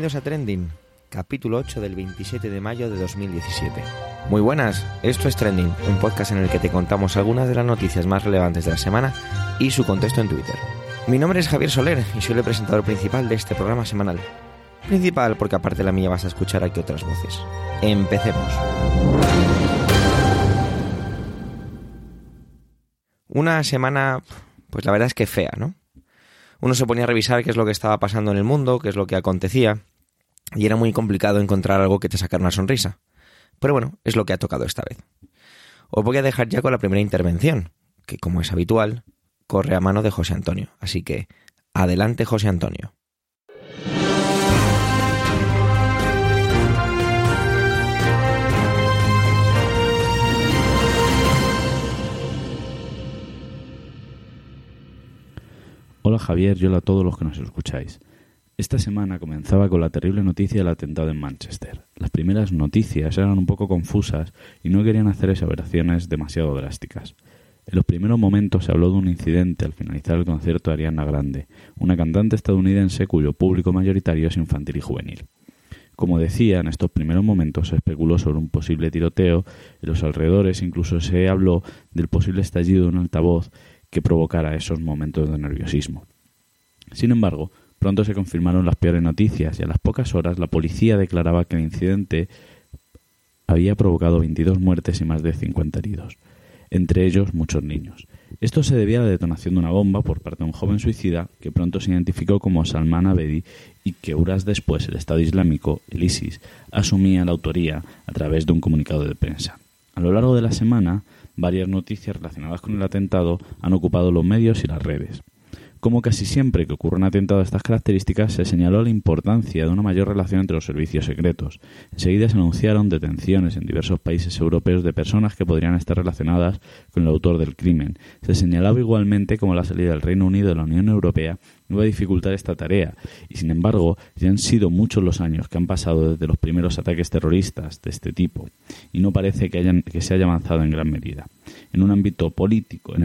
Bienvenidos a Trending, capítulo 8 del 27 de mayo de 2017. Muy buenas, esto es Trending, un podcast en el que te contamos algunas de las noticias más relevantes de la semana y su contexto en Twitter. Mi nombre es Javier Soler y soy el presentador principal de este programa semanal. Principal porque aparte de la mía vas a escuchar aquí otras voces. Empecemos. Una semana, pues la verdad es que fea, ¿no? Uno se ponía a revisar qué es lo que estaba pasando en el mundo, qué es lo que acontecía, y era muy complicado encontrar algo que te sacara una sonrisa. Pero bueno, es lo que ha tocado esta vez. Os voy a dejar ya con la primera intervención, que como es habitual, corre a mano de José Antonio. Así que, adelante José Antonio. Hola Javier y hola a todos los que nos escucháis. Esta semana comenzaba con la terrible noticia del atentado en Manchester. Las primeras noticias eran un poco confusas y no querían hacer aseveraciones demasiado drásticas. En los primeros momentos se habló de un incidente al finalizar el concierto de Ariana Grande, una cantante estadounidense cuyo público mayoritario es infantil y juvenil. Como decía, en estos primeros momentos se especuló sobre un posible tiroteo en los alrededores, incluso se habló del posible estallido de un altavoz que provocara esos momentos de nerviosismo. Sin embargo, pronto se confirmaron las peores noticias y a las pocas horas la policía declaraba que el incidente había provocado 22 muertes y más de 50 heridos, entre ellos muchos niños. Esto se debía a la detonación de una bomba por parte de un joven suicida que pronto se identificó como Salman Abedi y que horas después el Estado Islámico, el ISIS, asumía la autoría a través de un comunicado de prensa. A lo largo de la semana, varias noticias relacionadas con el atentado han ocupado los medios y las redes. Como casi siempre que ocurre un atentado de estas características, se señaló la importancia de una mayor relación entre los servicios secretos. Enseguida se anunciaron detenciones en diversos países europeos de personas que podrían estar relacionadas con el autor del crimen. Se señalaba igualmente cómo la salida del Reino Unido de la Unión Europea iba a dificultar esta tarea, y sin embargo ya han sido muchos los años que han pasado desde los primeros ataques terroristas de este tipo, y no parece que se haya avanzado en gran medida. En el ámbito político,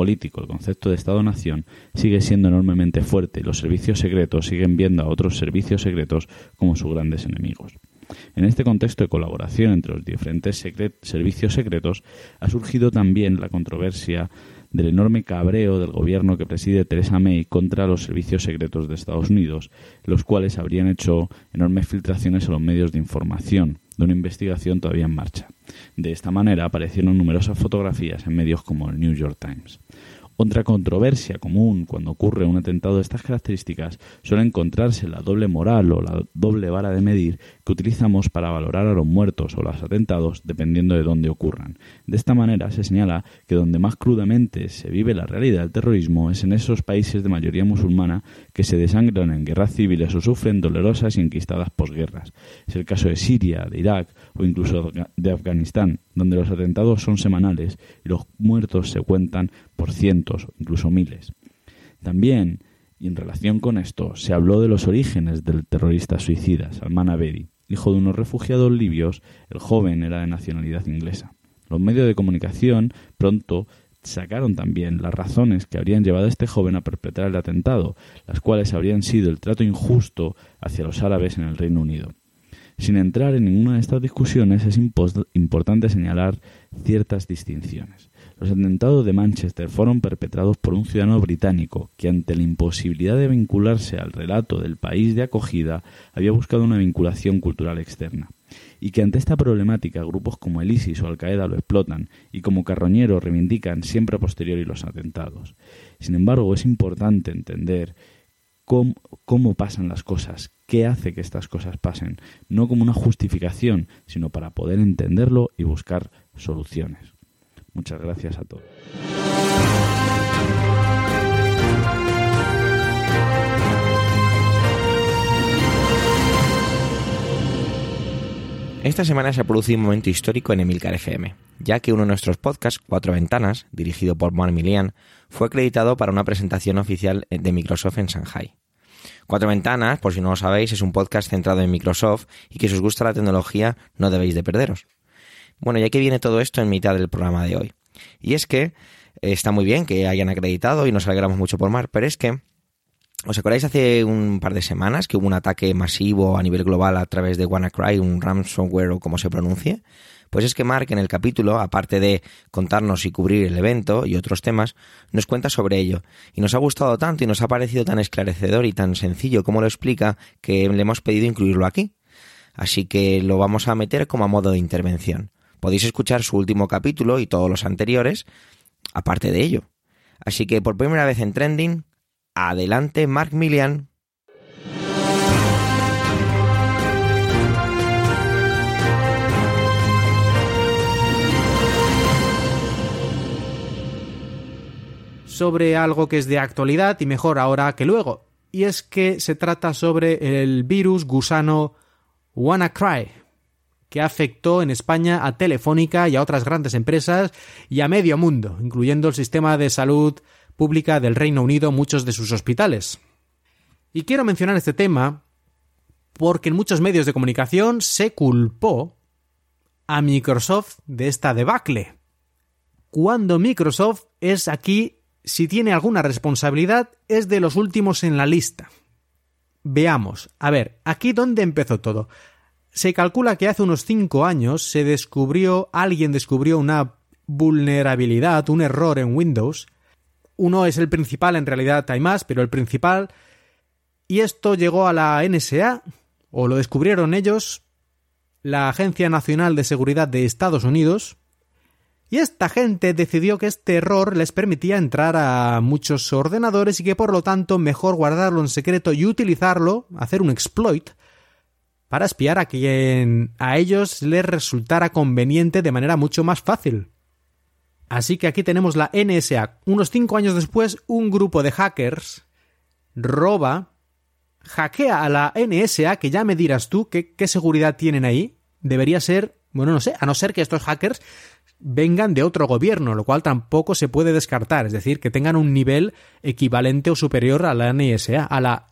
el concepto de Estado-nación sigue siendo enormemente fuerte y los servicios secretos siguen viendo a otros servicios secretos como sus grandes enemigos. En este contexto de colaboración entre los diferentes servicios secretos ha surgido también la controversia del enorme cabreo del gobierno que preside Theresa May contra los servicios secretos de Estados Unidos, los cuales habrían hecho enormes filtraciones a los medios de información de una investigación todavía en marcha. De esta manera aparecieron numerosas fotografías en medios como el New York Times. Otra controversia común cuando ocurre un atentado de estas características suele encontrarse la doble moral o la doble vara de medir que utilizamos para valorar a los muertos o los atentados dependiendo de dónde ocurran. De esta manera se señala que donde más crudamente se vive la realidad del terrorismo es en esos países de mayoría musulmana que se desangran en guerras civiles o sufren dolorosas y enquistadas posguerras. Es el caso de Siria, de Irak o incluso de Afganistán, donde los atentados son semanales y los muertos se cuentan por cientos, incluso miles. También, y en relación con esto, se habló de los orígenes del terrorista suicida, Salman Abedi. Hijo de unos refugiados libios, el joven era de nacionalidad inglesa. Los medios de comunicación pronto sacaron también las razones que habrían llevado a este joven a perpetrar el atentado, las cuales habrían sido el trato injusto hacia los árabes en el Reino Unido. Sin entrar en ninguna de estas discusiones, es importante señalar ciertas distinciones. Los atentados de Manchester fueron perpetrados por un ciudadano británico que, ante la imposibilidad de vincularse al relato del país de acogida, había buscado una vinculación cultural externa, y que ante esta problemática grupos como el ISIS o Al-Qaeda lo explotan y como carroñeros reivindican siempre a posteriori los atentados. Sin embargo, es importante entender cómo pasan las cosas, qué hace que estas cosas pasen, no como una justificación, sino para poder entenderlo y buscar soluciones. Muchas gracias a todos. Esta semana se ha producido un momento histórico en Emilcar FM, ya que uno de nuestros podcasts, Cuatro Ventanas, dirigido por Marc Milian, fue acreditado para una presentación oficial de Microsoft en Shanghai. Cuatro Ventanas, por si no lo sabéis, es un podcast centrado en Microsoft y que si os gusta la tecnología no debéis de perderos. Bueno, ya que viene todo esto en mitad del programa de hoy. Y es que está muy bien que hayan acreditado y nos alegramos mucho por Marc, pero es que ¿Os acordáis hace un par de semanas que hubo un ataque masivo a nivel global a través de WannaCry, un ransomware o como se pronuncie? Pues es que Mark en el capítulo, aparte de contarnos y cubrir el evento y otros temas, nos cuenta sobre ello. Y nos ha gustado tanto y nos ha parecido tan esclarecedor y tan sencillo como lo explica que le hemos pedido incluirlo aquí. Así que lo vamos a meter como a modo de intervención. Podéis escuchar su último capítulo y todos los anteriores, aparte de ello. Así que por primera vez en Trending, adelante Mark Millian. Sobre algo que es de actualidad y mejor ahora que luego. Y es que se trata sobre el virus gusano WannaCry, que afectó en España a Telefónica y a otras grandes empresas y a medio mundo, incluyendo el sistema de salud pública del Reino Unido, muchos de sus hospitales. Y quiero mencionar este tema porque en muchos medios de comunicación se culpó a Microsoft de esta debacle, cuando Microsoft es aquí, si tiene alguna responsabilidad, es de los últimos en la lista. Veamos, a ver, aquí dónde empezó todo. Se calcula que hace unos 5 años alguien descubrió una vulnerabilidad, un error en Windows. Uno es el principal, en realidad hay más, pero el principal. Y esto llegó a la NSA, o lo descubrieron ellos, la Agencia Nacional de Seguridad de Estados Unidos. Y esta gente decidió que este error les permitía entrar a muchos ordenadores y que por lo tanto mejor guardarlo en secreto y utilizarlo, hacer un exploit, para espiar a quien a ellos les resultara conveniente de manera mucho más fácil. Así que aquí tenemos la NSA. Unos 5 años después, un grupo de hackers hackea a la NSA, que ya me dirás tú qué seguridad tienen ahí. Debería ser, bueno, no sé, a no ser que estos hackers vengan de otro gobierno, lo cual tampoco se puede descartar, es decir, que tengan un nivel equivalente o superior a la NSA,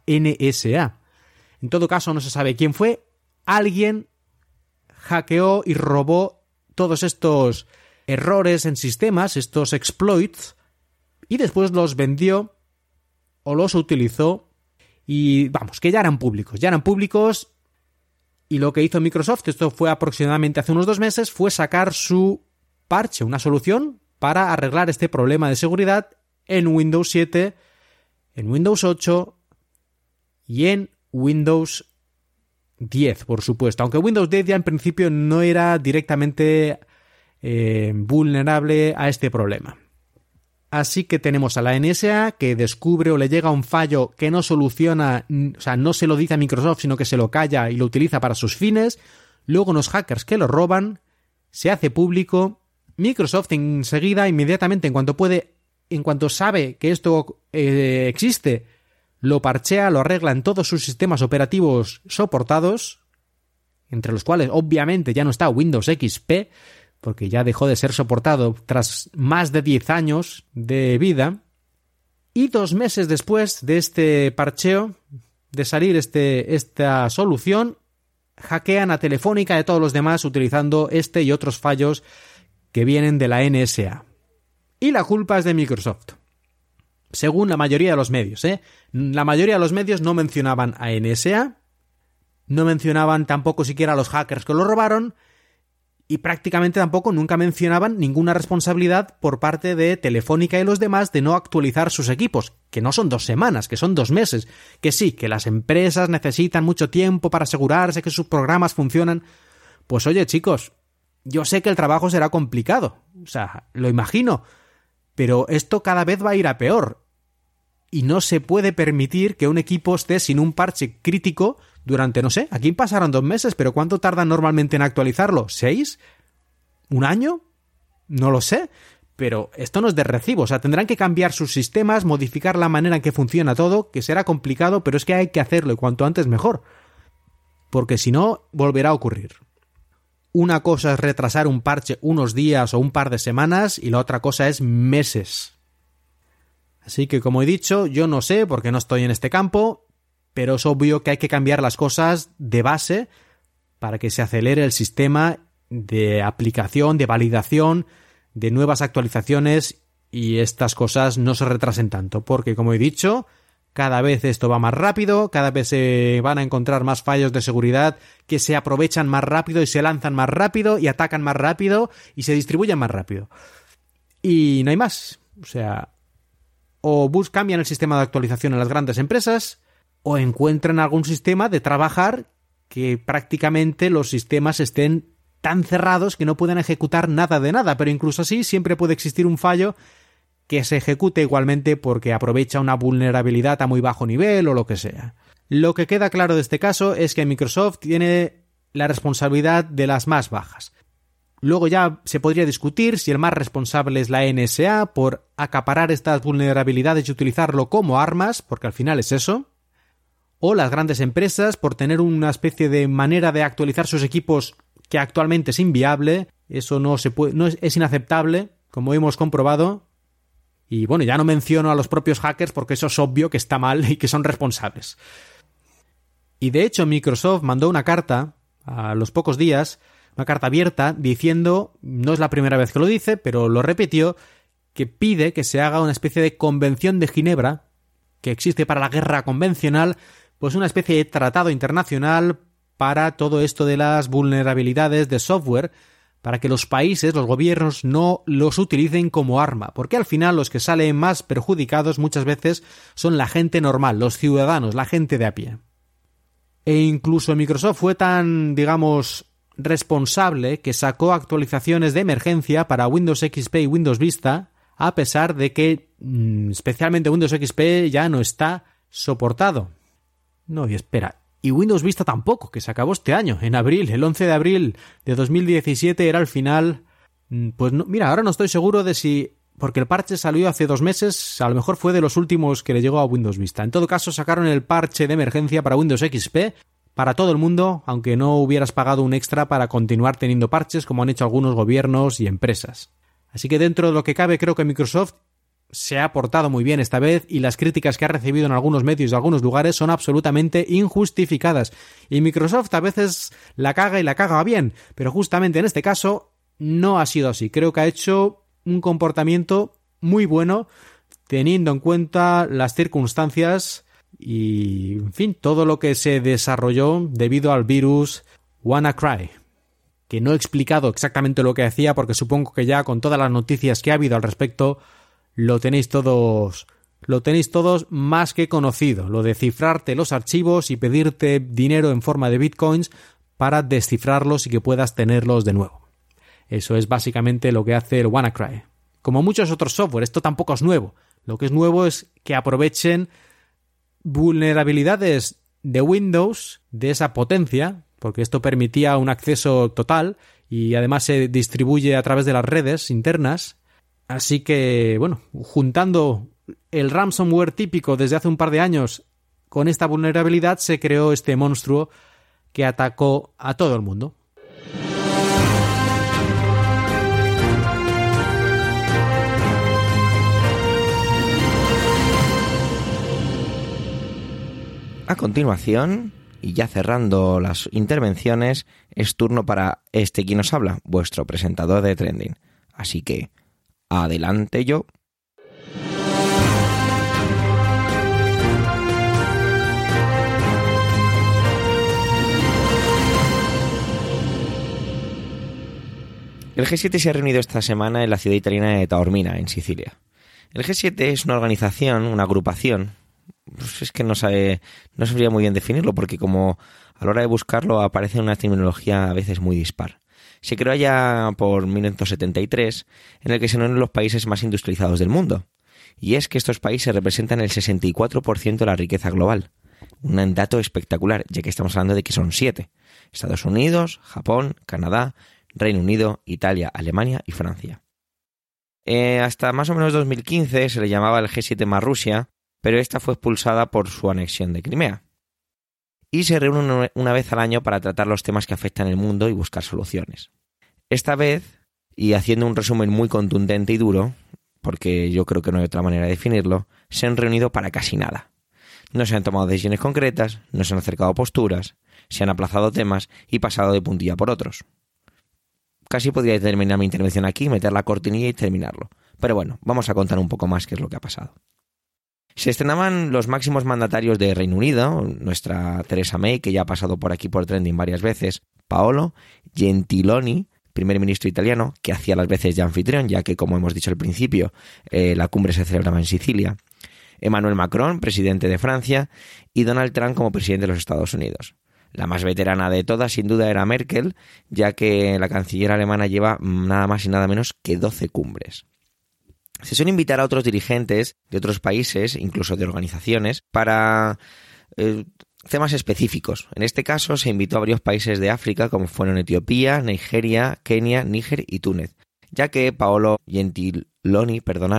En todo caso, no se sabe quién fue. Alguien hackeó y robó todos estos errores en sistemas, estos exploits, y después los vendió o los utilizó y vamos, que ya eran públicos y lo que hizo Microsoft, esto fue aproximadamente hace unos 2 meses, fue sacar su parche, una solución para arreglar este problema de seguridad en Windows 7, en Windows 8 y en Windows 10, por supuesto. Aunque Windows 10 ya en principio no era directamente vulnerable a este problema. Así que tenemos a la NSA que descubre o le llega un fallo que no soluciona, o sea, no se lo dice a Microsoft, sino que se lo calla y lo utiliza para sus fines. Luego unos hackers que lo roban, se hace público. Microsoft enseguida, inmediatamente, en cuanto sabe que esto existe, lo parchea, lo arregla en todos sus sistemas operativos soportados, entre los cuales obviamente ya no está Windows XP, porque ya dejó de ser soportado tras más de 10 años de vida. Y 2 meses después de este parcheo, de salir esta solución, hackean a Telefónica y a todos los demás utilizando este y otros fallos que vienen de la NSA. Y la culpa es de Microsoft, según la mayoría de los medios. La mayoría de los medios no mencionaban a NSA, no mencionaban tampoco siquiera a los hackers que lo robaron, y prácticamente tampoco nunca mencionaban ninguna responsabilidad por parte de Telefónica y los demás de no actualizar sus equipos, que no son 2 semanas, que son 2 meses, que sí, que las empresas necesitan mucho tiempo para asegurarse que sus programas funcionan. Pues oye, chicos, yo sé que el trabajo será complicado, o sea, lo imagino, pero esto cada vez va a ir a peor. Y no se puede permitir que un equipo esté sin un parche crítico durante, no sé, aquí pasaron 2 meses, pero ¿cuánto tardan normalmente en actualizarlo? ¿6? ¿1 año? No lo sé, pero esto no es de recibo, o sea, tendrán que cambiar sus sistemas, modificar la manera en que funciona todo, que será complicado, pero es que hay que hacerlo y cuanto antes mejor, porque si no, volverá a ocurrir. Una cosa es retrasar un parche unos días o un par de semanas y la otra cosa es meses. Así que, como he dicho, yo no sé porque no estoy en este campo, pero es obvio que hay que cambiar las cosas de base para que se acelere el sistema de aplicación, de validación, de nuevas actualizaciones y estas cosas no se retrasen tanto, porque, como he dicho, Cada vez esto va más rápido, cada vez se van a encontrar más fallos de seguridad que se aprovechan más rápido y se lanzan más rápido y atacan más rápido y se distribuyen más rápido. Y no hay más. O sea, o cambian el sistema de actualización en las grandes empresas o encuentran algún sistema de trabajar que prácticamente los sistemas estén tan cerrados que no puedan ejecutar nada de nada, pero incluso así siempre puede existir un fallo que se ejecute igualmente porque aprovecha una vulnerabilidad a muy bajo nivel o lo que sea. Lo que queda claro de este caso es que Microsoft tiene la responsabilidad de las más bajas. Luego ya se podría discutir si el más responsable es la NSA por acaparar estas vulnerabilidades y utilizarlo como armas, porque al final es eso, o las grandes empresas por tener una especie de manera de actualizar sus equipos que actualmente es inviable. Eso no se puede, es inaceptable, como hemos comprobado. Y bueno, ya no menciono a los propios hackers porque eso es obvio que está mal y que son responsables. Y de hecho Microsoft mandó una carta a los pocos días, una carta abierta, diciendo, no es la primera vez que lo dice, pero lo repitió, que pide que se haga una especie de convención de Ginebra, que existe para la guerra convencional, pues una especie de tratado internacional para todo esto de las vulnerabilidades de software, para que los países, los gobiernos, no los utilicen como arma, porque al final los que salen más perjudicados muchas veces son la gente normal, los ciudadanos, la gente de a pie. E incluso Microsoft fue tan, digamos, responsable que sacó actualizaciones de emergencia para Windows XP y Windows Vista, a pesar de que especialmente Windows XP ya no está soportado. No, y espera, y Windows Vista tampoco, que se acabó este año, en abril, el 11 de abril de 2017 era el final. Pues no, mira, ahora no estoy seguro de si, porque el parche salió hace 2 meses, a lo mejor fue de los últimos que le llegó a Windows Vista. En todo caso, sacaron el parche de emergencia para Windows XP, para todo el mundo, aunque no hubieras pagado un extra para continuar teniendo parches como han hecho algunos gobiernos y empresas. Así que dentro de lo que cabe, creo que Microsoft se ha portado muy bien esta vez y las críticas que ha recibido en algunos medios y algunos lugares son absolutamente injustificadas. Y Microsoft a veces la caga y la caga bien, pero justamente en este caso no ha sido así. Creo que ha hecho un comportamiento muy bueno teniendo en cuenta las circunstancias y, en fin, todo lo que se desarrolló debido al virus WannaCry, que no he explicado exactamente lo que hacía porque supongo que ya con todas las noticias que ha habido al respecto lo tenéis todos más que conocido, lo de cifrarte los archivos y pedirte dinero en forma de bitcoins para descifrarlos y que puedas tenerlos de nuevo. Eso es básicamente lo que hace el WannaCry. Como muchos otros software, esto tampoco es nuevo. Lo que es nuevo es que aprovechen vulnerabilidades de Windows de esa potencia, porque esto permitía un acceso total y además se distribuye a través de las redes internas. Así que, bueno, juntando el ransomware típico desde hace un par de años con esta vulnerabilidad se creó este monstruo que atacó a todo el mundo. A continuación, y ya cerrando las intervenciones, es turno para quien os habla, vuestro presentador de Trending. Así que, adelante yo. El G7 se ha reunido esta semana en la ciudad italiana de Taormina, en Sicilia. El G7 es una organización, una agrupación, pues es que no sabría muy bien definirlo, porque como a la hora de buscarlo aparece una terminología a veces muy dispar. Se creó ya por 1973, en el que se unen los países más industrializados del mundo. Y es que estos países representan el 64% de la riqueza global. Un dato espectacular, ya que estamos hablando de que son 7. Estados Unidos, Japón, Canadá, Reino Unido, Italia, Alemania y Francia. Hasta más o menos 2015 se le llamaba el G7 más Rusia, pero esta fue expulsada por su anexión de Crimea. Y se reúnen una vez al año para tratar los temas que afectan el mundo y buscar soluciones. Esta vez, y haciendo un resumen muy contundente y duro, porque yo creo que no hay otra manera de definirlo, se han reunido para casi nada. No se han tomado decisiones concretas, no se han acercado posturas, se han aplazado temas y pasado de puntilla por otros. Casi podría terminar mi intervención aquí, meter la cortinilla y terminarlo. Pero bueno, vamos a contar un poco más qué es lo que ha pasado. Se estrenaban los máximos mandatarios de Reino Unido, nuestra Theresa May, que ya ha pasado por aquí por Trending varias veces, Paolo Gentiloni, primer ministro italiano, que hacía las veces de anfitrión, ya que, como hemos dicho al principio, la cumbre se celebraba en Sicilia, Emmanuel Macron, presidente de Francia, y Donald Trump como presidente de los Estados Unidos. La más veterana de todas, sin duda, era Merkel, ya que la canciller alemana lleva nada más y nada menos que 12 cumbres. Se suele invitar a otros dirigentes de otros países, incluso de organizaciones, para temas específicos. En este caso se invitó a varios países de África, como fueron Etiopía, Nigeria, Kenia, Níger y Túnez, ya que Paolo Gentiloni,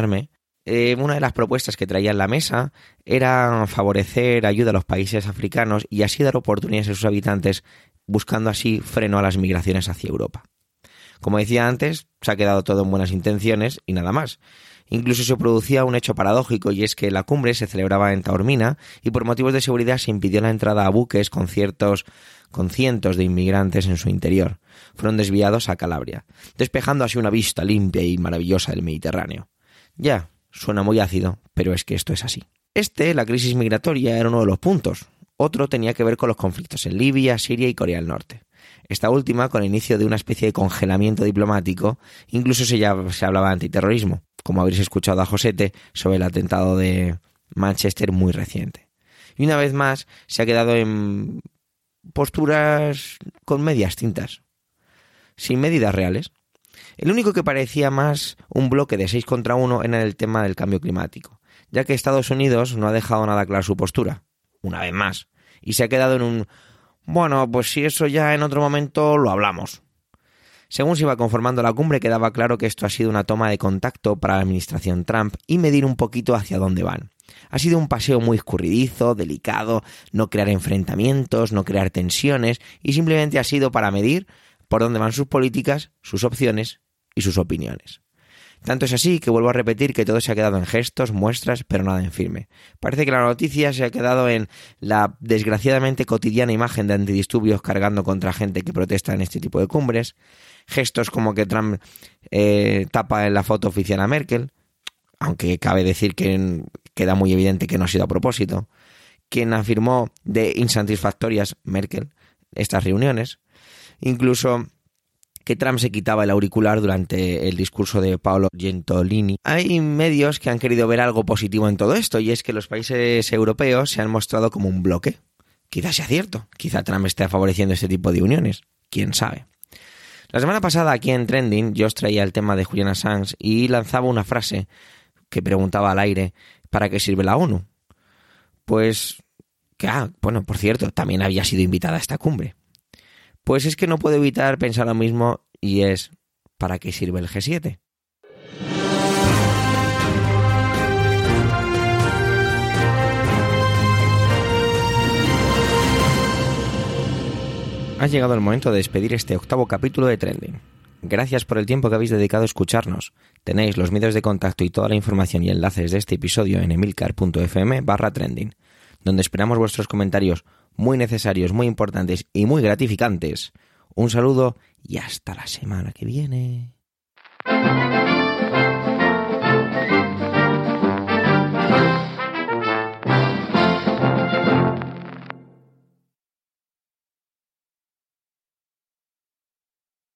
una de las propuestas que traía en la mesa era favorecer ayuda a los países africanos y así dar oportunidades a sus habitantes, buscando así freno a las migraciones hacia Europa. Como decía antes, se ha quedado todo en buenas intenciones y nada más. Incluso se producía un hecho paradójico, y es que la cumbre se celebraba en Taormina y por motivos de seguridad se impidió la entrada a buques con cientos de inmigrantes en su interior. Fueron desviados a Calabria, despejando así una vista limpia y maravillosa del Mediterráneo. Ya, suena muy ácido, pero es que esto es así. La crisis migratoria, era uno de los puntos. Otro tenía que ver con los conflictos en Libia, Siria y Corea del Norte. Esta última, con el inicio de una especie de congelamiento diplomático, incluso se hablaba de antiterrorismo, como habréis escuchado a Josete sobre el atentado de Manchester muy reciente. Y una vez más se ha quedado en posturas con medias tintas, sin medidas reales. El único que parecía más un bloque de 6 contra 1 era el tema del cambio climático, ya que Estados Unidos no ha dejado nada clara su postura, una vez más, y se ha quedado en un bueno, pues si eso ya en otro momento lo hablamos. Según se iba conformando la cumbre, quedaba claro que esto ha sido una toma de contacto para la administración Trump y medir un poquito hacia dónde van. Ha sido un paseo muy escurridizo, delicado, no crear enfrentamientos, no crear tensiones, y simplemente ha sido para medir por dónde van sus políticas, sus opciones y sus opiniones. Tanto es así que vuelvo a repetir que todo se ha quedado en gestos, muestras, pero nada en firme. Parece que la noticia se ha quedado en la desgraciadamente cotidiana imagen de antidisturbios cargando contra gente que protesta en este tipo de cumbres, gestos como que Trump tapa en la foto oficial a Merkel, aunque cabe decir que queda muy evidente que no ha sido a propósito, quien afirmó de insatisfactorias Merkel estas reuniones, incluso que Trump se quitaba el auricular durante el discurso de Paolo Gentiloni. Hay medios que han querido ver algo positivo en todo esto, y es que los países europeos se han mostrado como un bloque. Quizás sea cierto, quizá Trump esté favoreciendo este tipo de uniones, quién sabe. La semana pasada aquí en Trending yo os traía el tema de Julian Assange y lanzaba una frase que preguntaba al aire: ¿para qué sirve la ONU? Pues por cierto, también había sido invitada a esta cumbre. Pues es que no puedo evitar pensar lo mismo, y es: ¿para qué sirve el G7? Ha llegado el momento de despedir este 8º capítulo de Trending. Gracias por el tiempo que habéis dedicado a escucharnos. Tenéis los medios de contacto y toda la información y enlaces de este episodio en emilcar.fm/trending, donde esperamos vuestros comentarios muy necesarios, muy importantes y muy gratificantes. Un saludo y hasta la semana que viene.